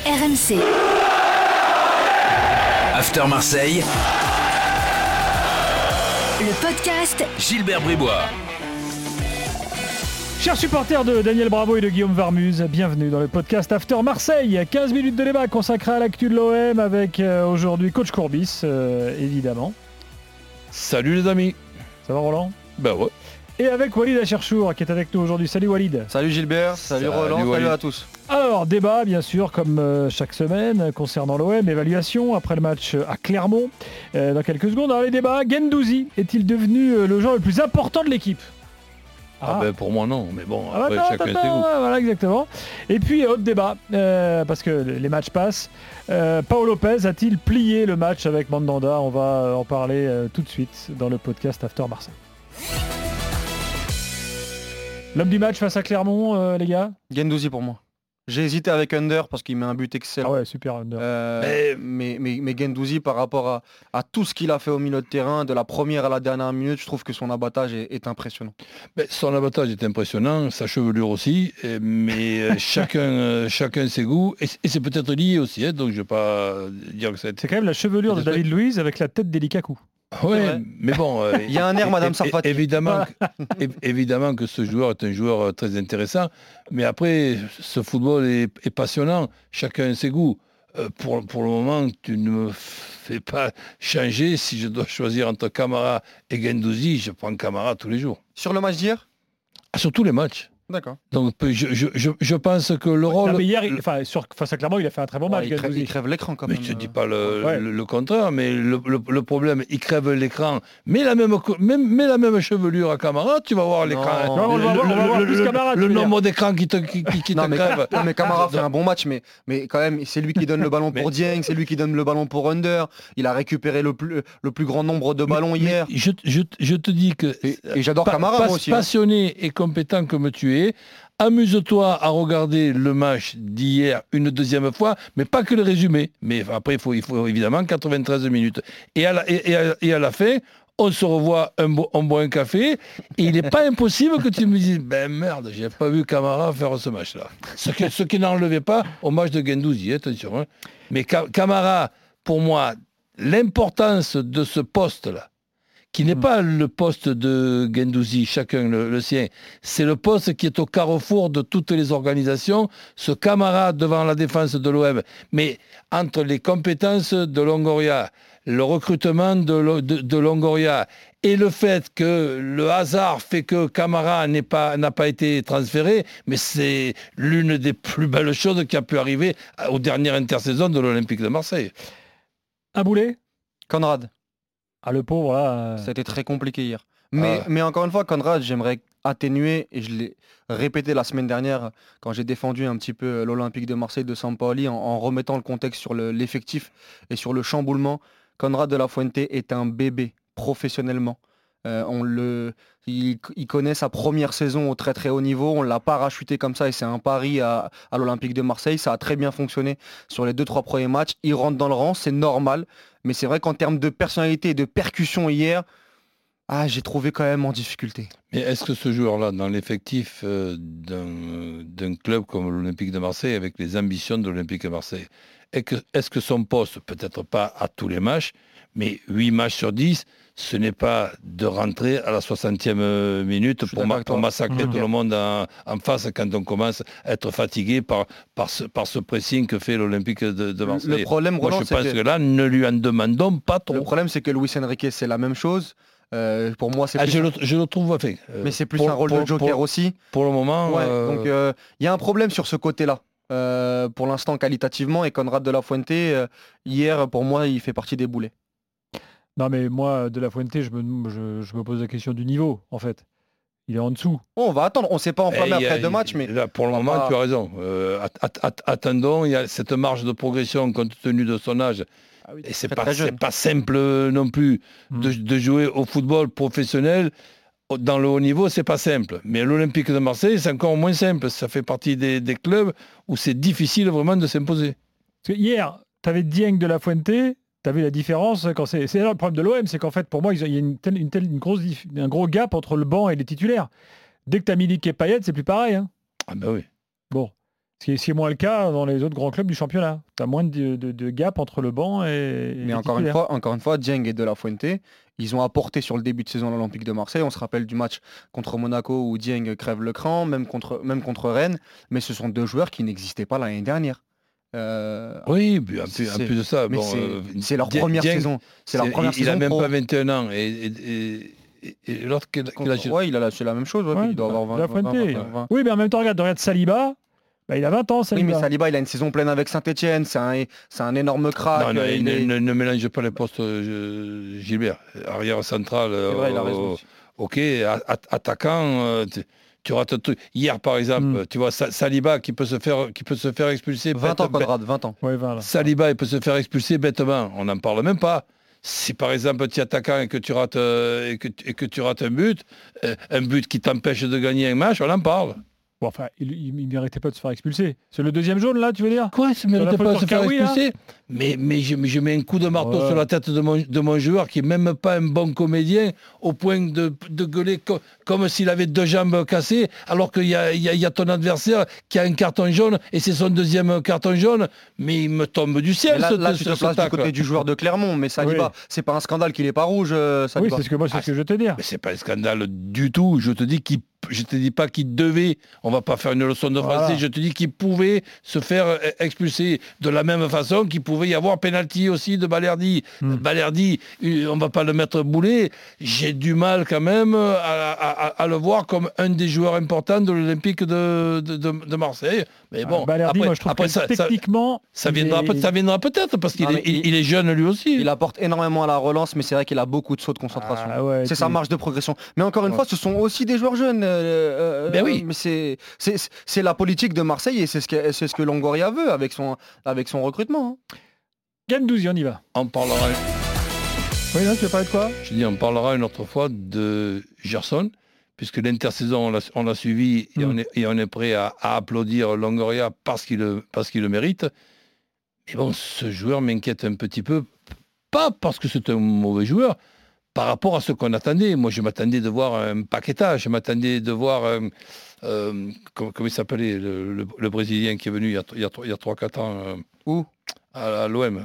RMC. After Marseille. Le podcast Gilbert Bribois. Chers supporters de Daniel Bravo et de Guillaume Varmuz, bienvenue dans le podcast After Marseille. 15 minutes de débat consacré à l'actu de l'OM avec aujourd'hui Coach Courbis, évidemment. Salut les amis. Ça va Roland ? Ben ouais. Et avec Walid Acharchour qui est avec nous aujourd'hui. Salut Walid. Salut Gilbert, salut Roland, Walid. salut à tous. Alors, débat bien sûr comme chaque semaine concernant l'OM, évaluation après le match à Clermont. Dans quelques secondes, alors les débats, Guendouzi est-il devenu le joueur le plus important de l'équipe ? Ben pour moi non, mais bon, après chacun ses goûts. Voilà, exactement. Et puis, autre débat, parce que les matchs passent. Paolo Lopez a-t-il plié le match avec Mandanda ? On va en parler tout de suite dans le podcast After Marseille. L'homme du match face à Clermont, les gars ? Guendouzi pour moi. J'ai hésité avec Under parce qu'il met un but excellent. Ah ouais, super Under. Mais Guendouzi par rapport à tout ce qu'il a fait au milieu de terrain, de la première à la dernière minute, je trouve que son abattage est impressionnant. Son abattage est impressionnant, sa chevelure aussi, mais chacun ses goûts, et c'est peut-être lié aussi, donc je ne vais pas dire que c'est... C'est quand même la chevelure de David Luiz avec la tête d'Elikaku. Ouais, mais bon... Il y a un air Madame Sarfati. Évidemment que ce joueur est un joueur très intéressant, mais après, ce football est passionnant, chacun ses goûts. Pour le moment, tu ne me fais pas changer. Si je dois choisir entre Camara et Guendouzi, je prends Camara tous les jours. Sur le match d'hier ? Sur tous les matchs. D'accord. Donc je pense que le rôle... Non, mais hier, face à Clermont, il a fait un très bon match. Il crève l'écran quand même. Mais je ne dis pas le contraire, mais le problème, il crève l'écran. Mais la même chevelure à Camara, tu vas voir l'écran. Non, on va voir plus Camara. Le nombre d'écrans qui te crève. Non, mais Camara fait un bon match, mais quand même, c'est lui qui donne le ballon pour Dieng, c'est lui qui donne le ballon pour Under. Il a récupéré le plus grand nombre de ballons hier. Je te dis que... Et j'adore Camara, moi aussi. Passionné et compétent comme tu es, amuse-toi à regarder le match d'hier une deuxième fois, mais pas que le résumé. Mais après, il faut évidemment 93 minutes. Et à la fin, on se revoit, on boit un café, et il n'est pas impossible que tu me dises « Ben merde, j'ai pas vu Camara faire ce match-là ». Ce qui n'enlevait pas au match de Guendouzi, attention. Hein. Mais Camara, pour moi, l'importance de ce poste-là, qui n'est pas le poste de Guendouzi, chacun le sien. C'est le poste qui est au carrefour de toutes les organisations, ce Camara devant la défense de l'OM. Mais entre les compétences de Longoria, le recrutement de Longoria et le fait que le hasard fait que Camara n'a pas été transféré, mais c'est l'une des plus belles choses qui a pu arriver aux dernières intersaisons de l'Olympique de Marseille. Un boulet ? Conrad. Ah, le pauvre, là... Ça a été très compliqué hier. Mais encore une fois, Conrad, j'aimerais atténuer, et je l'ai répété la semaine dernière, quand j'ai défendu un petit peu l'Olympique de Marseille de Sampaoli, en remettant le contexte sur l'effectif et sur le chamboulement. Conrad de la Fuente est un bébé, professionnellement. Il connaît sa première saison au très très haut niveau, on ne l'a pas racheté comme ça et c'est un pari à l'Olympique de Marseille, ça a très bien fonctionné sur les 2-3 premiers matchs, il rentre dans le rang, c'est normal, mais c'est vrai qu'en termes de personnalité et de percussion hier, j'ai trouvé quand même en difficulté. Mais est-ce que ce joueur-là, dans l'effectif d'un club comme l'Olympique de Marseille, avec les ambitions de l'Olympique de Marseille, est-ce que son poste, peut-être pas à tous les matchs, mais 8 matchs sur 10, ce n'est pas de rentrer à la 60e minute pour massacrer tout le monde en face quand on commence à être fatigué par ce pressing que fait l'Olympique de Marseille. Le problème, Roland, je pense que là, ne lui en demandons pas trop. Le problème, c'est que Luis Enrique, c'est la même chose. Pour moi, c'est je le trouve fait. Mais c'est plus un rôle de joker aussi. Pour le moment. Donc il y a un problème sur ce côté-là. Pour l'instant qualitativement, et Conrad de la Fuente, hier, pour moi, il fait partie des boulets. Non, mais moi, de la Fuente, je me pose la question du niveau, en fait. Il est en dessous. On va attendre, on ne s'est pas enflammé après 2 matchs, mais... Là, pour le moment, tu as raison. Attendons, il y a cette marge de progression compte tenu de son âge. Oui, et c'est pas simple non plus de jouer au football professionnel. Dans le haut niveau, c'est pas simple. Mais l'Olympique de Marseille, c'est encore moins simple. Ça fait partie des clubs où c'est difficile vraiment de s'imposer. Parce que hier, tu avais Dieng de la Fuente, tu as vu la différence. C'est là le problème de l'OM, c'est qu'en fait, pour moi, il y a un gros gap entre le banc et les titulaires. Dès que tu as Milik et Payet, c'est plus pareil. Hein. Ah ben oui. Bon. Ce qui est moins le cas dans les autres grands clubs du championnat. Tu as moins de gap entre le banc et Mais encore une fois, Dieng et De La Fuente, ils ont apporté sur le début de saison à l'Olympique de Marseille. On se rappelle du match contre Monaco où Dieng crève le cran, même contre Rennes. Mais ce sont 2 joueurs qui n'existaient pas l'année dernière. Oui, puis en plus de ça, c'est leur première saison. Il n'a même pas 21 ans. Et l'autre, c'est la même chose. Il doit avoir 20. Oui, mais en même temps, regarde Saliba. Il a 20 ans, Saliba. Oui, mais Saliba, il a une saison pleine avec Saint-Etienne. C'est un énorme crack. Non, ne mélange pas les postes, Gilbert. Arrière central, c'est vrai, il a raison. Ok, attaquant, tu rates un truc. Hier, par exemple, tu vois, Saliba qui peut se faire expulser. 20 ans, Conrad, 20 ans. Ouais, 20, Saliba, il peut se faire expulser bêtement. On n'en parle même pas. Si par exemple tu es attaquant et que tu rates, un but qui t'empêche de gagner un match, on en parle. Bon, enfin, il ne méritait pas de se faire expulser. C'est le deuxième jaune, là, tu veux dire? Quoi, ça ne méritait pas de se faire expulser? Mais je mets un coup de marteau sur la tête de mon joueur qui n'est même pas un bon comédien au point de gueuler comme s'il avait 2 jambes cassées alors qu'il y a ton adversaire qui a un carton jaune et c'est son 2e carton jaune. Mais il me tombe du ciel. Là, tu te places du côté du joueur de Clermont, mais Saliba, c'est pas un scandale qu'il n'est pas rouge, Saliba. Oui, c'est ce que je veux te dire. Mais c'est pas un scandale du tout. Je te dis pas qu'il devait, on va pas faire une leçon de français, je te dis qu'il pouvait se faire expulser de la même façon qu'il pouvait y avoir pénalty aussi de Balerdi. Balerdi, on va pas le mettre boulet. J'ai du mal quand même à le voir comme un des joueurs importants de l'Olympique de Marseille. Mais bon, Balerdi, moi je trouve que techniquement... Ça viendra peut-être parce qu'il est jeune lui aussi. Il apporte énormément à la relance, mais c'est vrai qu'il a beaucoup de sauts de concentration. C'est sa marge de progression. Mais encore une fois, ce sont aussi des joueurs jeunes. Ben oui. Mais c'est la politique de Marseille et c'est ce que Longoria veut avec son recrutement. Gendouzi, on y va. On parlera. Oui, là, tu veux parler de quoi? Je dis, on parlera une autre fois de Gerson, puisque l'intersaison, on l'a suivi et on est prêt à applaudir Longoria parce qu'il le mérite. Mais bon, ce joueur m'inquiète un petit peu, pas parce que c'est un mauvais joueur, par rapport à ce qu'on attendait. Moi, je m'attendais de voir un Paqueta, je m'attendais de voir, comment il s'appelait, le Brésilien qui est venu il y a 3-4 ans. Où? À l'OM,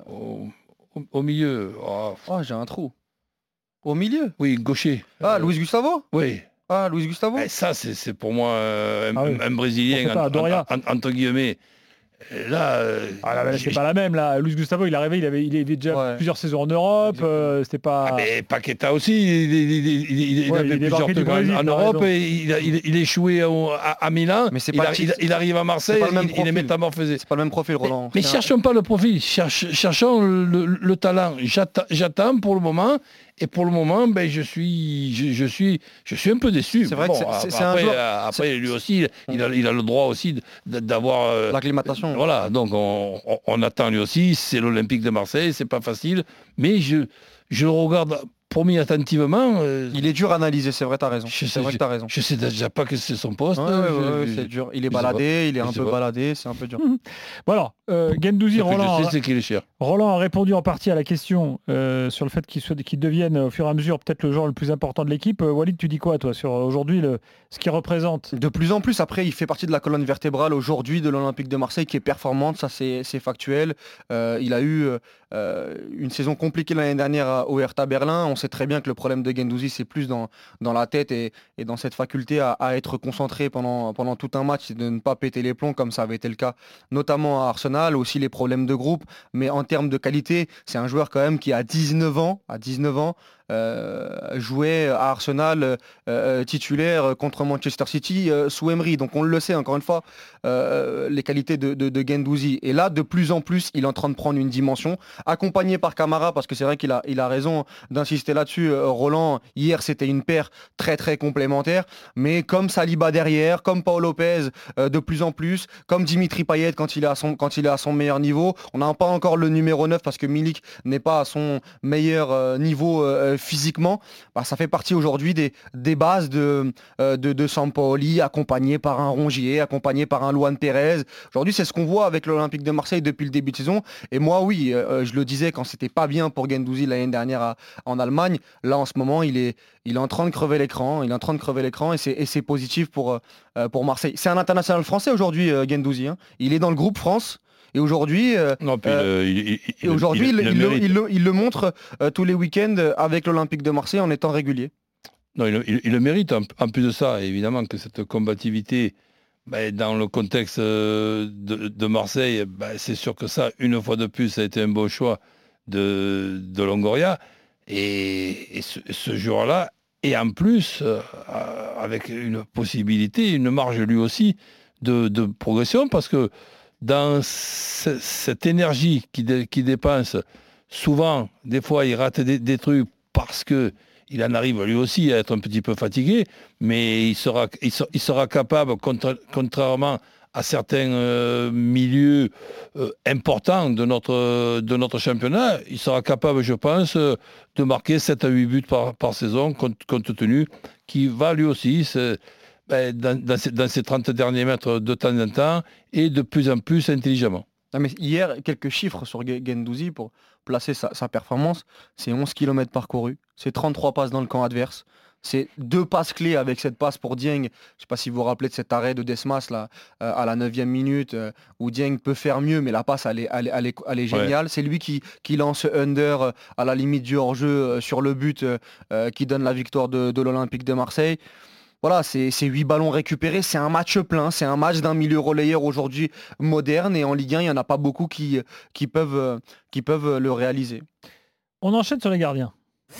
au milieu. J'ai un trou. Au milieu? Oui, gaucher. Luis Gustavo? Oui. Luis Gustavo? Ça, c'est pour moi un Brésilien, entre guillemets. Là, c'est pas la même là. Luis Gustavo, il est arrivé, il avait déjà plusieurs saisons en Europe. C'était pas. Mais Paqueta aussi, il avait plusieurs trucs en Europe. Et il échoué à Milan. Mais il arrive à Marseille, il est métamorphosé. C'est pas le même profil, Roland. Mais cherchons pas le profil, cherchons le talent. J'attends pour le moment. Et pour le moment, je suis un peu déçu. C'est vrai que c'est un joueur... Après, lui aussi, il a le droit aussi d'avoir... l'acclimatation. Voilà, donc on attend lui aussi. C'est l'Olympique de Marseille, c'est pas facile. Mais je le regarde... promis attentivement. Il est dur à analyser, c'est vrai, t'as raison. T'as raison. Je sais déjà pas que c'est son poste. C'est dur. Il est baladé, il est un peu baladé, c'est un peu dur. Bon alors, Gendouzi, Roland. Je sais, c'est qu'il est cher. Roland a répondu en partie à la question sur le fait qu'il devienne au fur et à mesure peut-être le joueur le plus important de l'équipe. Walid, tu dis quoi toi sur aujourd'hui ce qu'il représente? De plus en plus, après, il fait partie de la colonne vertébrale aujourd'hui de l'Olympique de Marseille qui est performante, ça c'est factuel. Il a eu une saison compliquée l'année dernière au Hertha Berlin. On sait très bien que le problème de Gendouzi, c'est plus dans la tête et dans cette faculté à être concentré pendant tout un match et de ne pas péter les plombs comme ça avait été le cas, notamment à Arsenal, aussi les problèmes de groupe. Mais en termes de qualité, c'est un joueur quand même qui a 19 ans, jouait à Arsenal titulaire contre Manchester City sous Emery. Donc on le sait encore une fois, les qualités de Gendouzi. Et là, de plus en plus, il est en train de prendre une dimension, accompagné par Camara, parce que c'est vrai qu'il a raison d'insister là-dessus. Roland, hier, c'était une paire très très complémentaire. Mais comme Saliba derrière, comme Paul Lopez de plus en plus, comme Dimitri Payet quand il est à son meilleur niveau. On n'a pas encore le numéro 9 parce que Milik n'est pas à son meilleur niveau physiquement, ça fait partie aujourd'hui des bases de Sampaoli, accompagné par un Rongier, accompagné par un Luan Pérez. Aujourd'hui, c'est ce qu'on voit avec l'Olympique de Marseille depuis le début de saison. Et moi, oui, je le disais quand c'était pas bien pour Guendouzi l'année dernière en Allemagne. Là, en ce moment, il est en train de crever l'écran. Et c'est positif pour Marseille. C'est un international français aujourd'hui, Guendouzi. Il est dans le groupe France. Et aujourd'hui, il le montre tous les week-ends avec l'Olympique de Marseille en étant régulier. Non, il le mérite. En plus de ça, évidemment que cette combativité, dans le contexte de Marseille, c'est sûr que ça, une fois de plus, ça a été un beau choix de Longoria. Et ce joueur-là, et en plus, avec une possibilité, une marge lui aussi de progression, parce que dans cette énergie qu'il dépense, souvent, des fois, il rate des trucs parce qu'il en arrive lui aussi à être un petit peu fatigué, mais il sera capable, contrairement à certains milieux importants de notre championnat, il sera capable, je pense, de marquer 7 à 8 buts par saison, compte tenu qu'il va lui aussi dans ces 30 derniers mètres de temps en temps et de plus en plus intelligemment. Non, mais hier, quelques chiffres sur Guendouzi pour placer sa performance. C'est 11 km parcourus, c'est 33 passes dans le camp adverse, c'est 2 passes clés avec cette passe pour Dieng. Je ne sais pas si vous vous rappelez de cet arrêt de Desmas là, à la 9e minute où Dieng peut faire mieux, mais la passe elle est géniale. Ouais. C'est lui qui lance under à la limite du hors-jeu sur le but qui donne la victoire de l'Olympique de Marseille. Voilà, c'est 8 ballons récupérés, c'est un match plein, c'est un match d'un milieu relayeur aujourd'hui moderne, et en Ligue 1, il n'y en a pas beaucoup qui peuvent le réaliser. On enchaîne sur les gardiens.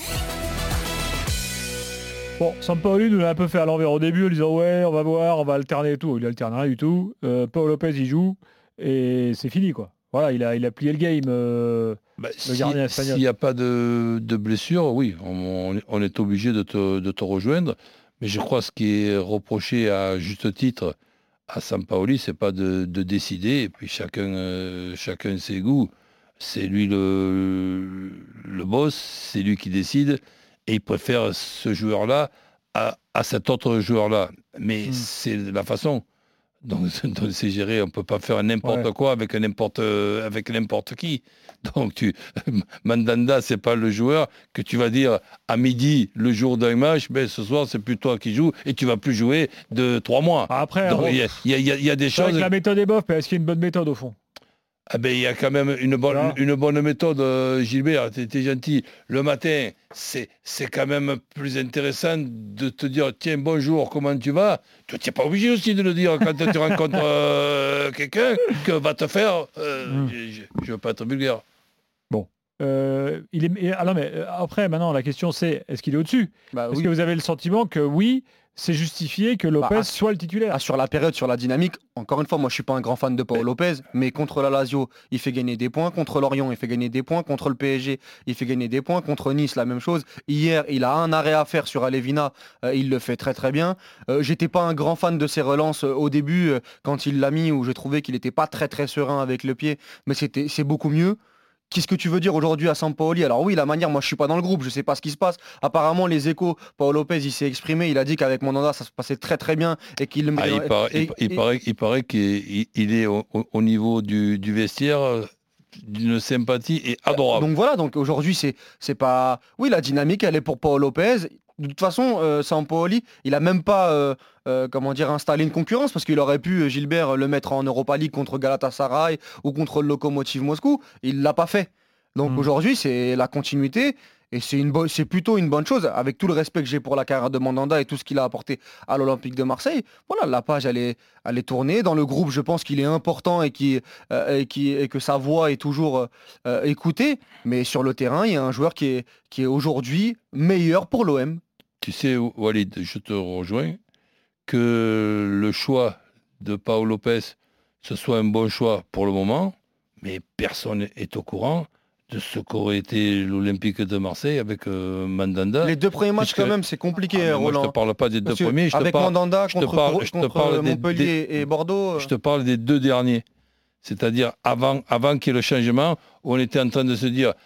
Bon, Sampaoli nous l'a un peu fait à l'envers au début en disant ouais, on va voir, on va alterner et tout. Il alterne rien du tout. Paul Lopez, il joue et c'est fini, quoi. Voilà, il a plié le game, le gardien espagnol. S'il n'y a pas de blessure, oui, on est obligé de te rejoindre. Mais je crois que ce qui est reproché à juste titre à Sampaoli, c'est pas de décider, et puis chacun ses goûts. C'est lui le boss, c'est lui qui décide, et il préfère ce joueur-là à cet autre joueur-là. Mais c'est la façon dont c'est géré. On ne peut pas faire n'importe quoi avec n'importe qui. Donc Mandanda, c'est pas le joueur que tu vas dire à midi, le jour d'un match, ce soir c'est plus toi qui joues et tu vas plus jouer de 3 mois. Après, il y a des choses. La méthode est bof, mais est-ce qu'il y a une bonne méthode au fond? Il y a quand même une bonne méthode, Gilbert, t'es gentil. Le matin, c'est quand même plus intéressant de te dire tiens, bonjour, comment tu vas? Tu n'es pas obligé aussi de le dire quand tu rencontres quelqu'un que va te faire. Je ne veux pas être vulgaire. Bon. Après, maintenant, la question c'est est-ce qu'il est au-dessus? Est-ce que vous avez le sentiment que oui, c'est justifié que Lopez soit le titulaire? Sur la période, sur la dynamique, encore une fois, moi je suis pas un grand fan de Paul Lopez, mais contre la Lazio, il fait gagner des points, contre Lorient, il fait gagner des points, contre le PSG, il fait gagner des points, contre Nice, la même chose. Hier, il a un arrêt à faire sur Alevina, il le fait très très bien. J'étais pas un grand fan de ses relances au début, quand il l'a mis, où je trouvais qu'il était pas très très serein avec le pied, mais c'est beaucoup mieux. Qu'est-ce que tu veux dire aujourd'hui à Sampaoli? Alors oui, la manière, moi je suis pas dans le groupe, je sais pas ce qui se passe. Apparemment les échos, Paul Lopez il s'est exprimé, il a dit qu'avec Mandanda ça se passait très très bien et qu'il le il paraît qu'il est au niveau du vestiaire d'une sympathie et adorable. Donc voilà, donc aujourd'hui c'est pas... Oui, la dynamique elle est pour Paul Lopez. De toute façon, Sampaoli, il a même pas installé une concurrence parce qu'il aurait pu, Gilbert, le mettre en Europa League contre Galatasaray ou contre le Lokomotiv Moscou. Il l'a pas fait. Donc aujourd'hui, c'est la continuité et c'est plutôt une bonne chose. Avec tout le respect que j'ai pour la carrière de Mandanda et tout ce qu'il a apporté à l'Olympique de Marseille, voilà, la page elle est tournée. Dans le groupe, je pense qu'il est important et que sa voix est toujours écoutée. Mais sur le terrain, il y a un joueur qui est aujourd'hui meilleur pour l'OM. Tu sais, Walid, je te rejoins, que le choix de Paul Lopez, ce soit un bon choix pour le moment, mais personne n'est au courant de ce qu'aurait été l'Olympique de Marseille avec Mandanda. Les 2 premiers matchs, quand même, c'est compliqué, Roland. Moi, je ne te parle pas des 2 premiers. Avec Mandanda contre Montpellier et Bordeaux. Je te parle des 2 derniers. C'est-à-dire avant qu'il y ait le changement, où on était en train de se dire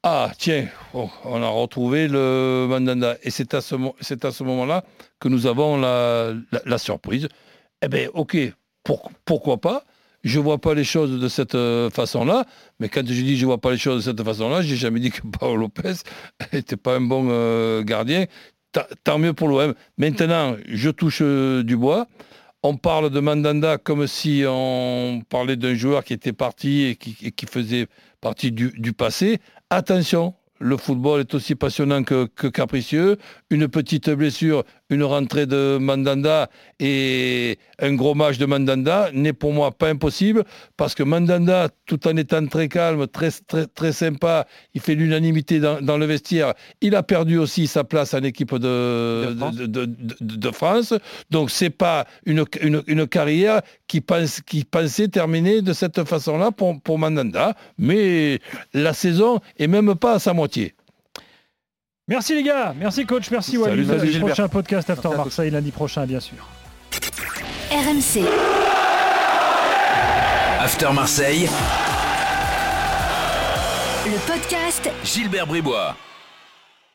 Ah, tiens, on a retrouvé le Mandanda. Et c'est à ce moment-là que nous avons la surprise. Eh bien, ok, pourquoi pas? Je ne vois pas les choses de cette façon-là. Mais quand je dis je ne vois pas les choses de cette façon-là, je n'ai jamais dit que Paolo Lopez n'était pas un bon gardien. Tant mieux pour l'OM. Maintenant, je touche du bois. On parle de Mandanda comme si on parlait d'un joueur qui était parti et qui faisait partie du passé. Attention, le football est aussi passionnant que capricieux. Une petite blessure, une rentrée de Mandanda et un gros match de Mandanda n'est pour moi pas impossible parce que Mandanda, tout en étant très calme, très, très, très sympa, il fait l'unanimité dans le vestiaire. Il a perdu aussi sa place en équipe de France. Donc c'est pas une carrière qui pensait terminer de cette façon-là pour Mandanda. Mais la saison est même pas à sa moitié. Merci les gars, merci coach, merci Walid. Salut, prochain podcast After Marseille lundi prochain bien sûr. RMC. After Marseille. Le podcast Gilbert Bribois.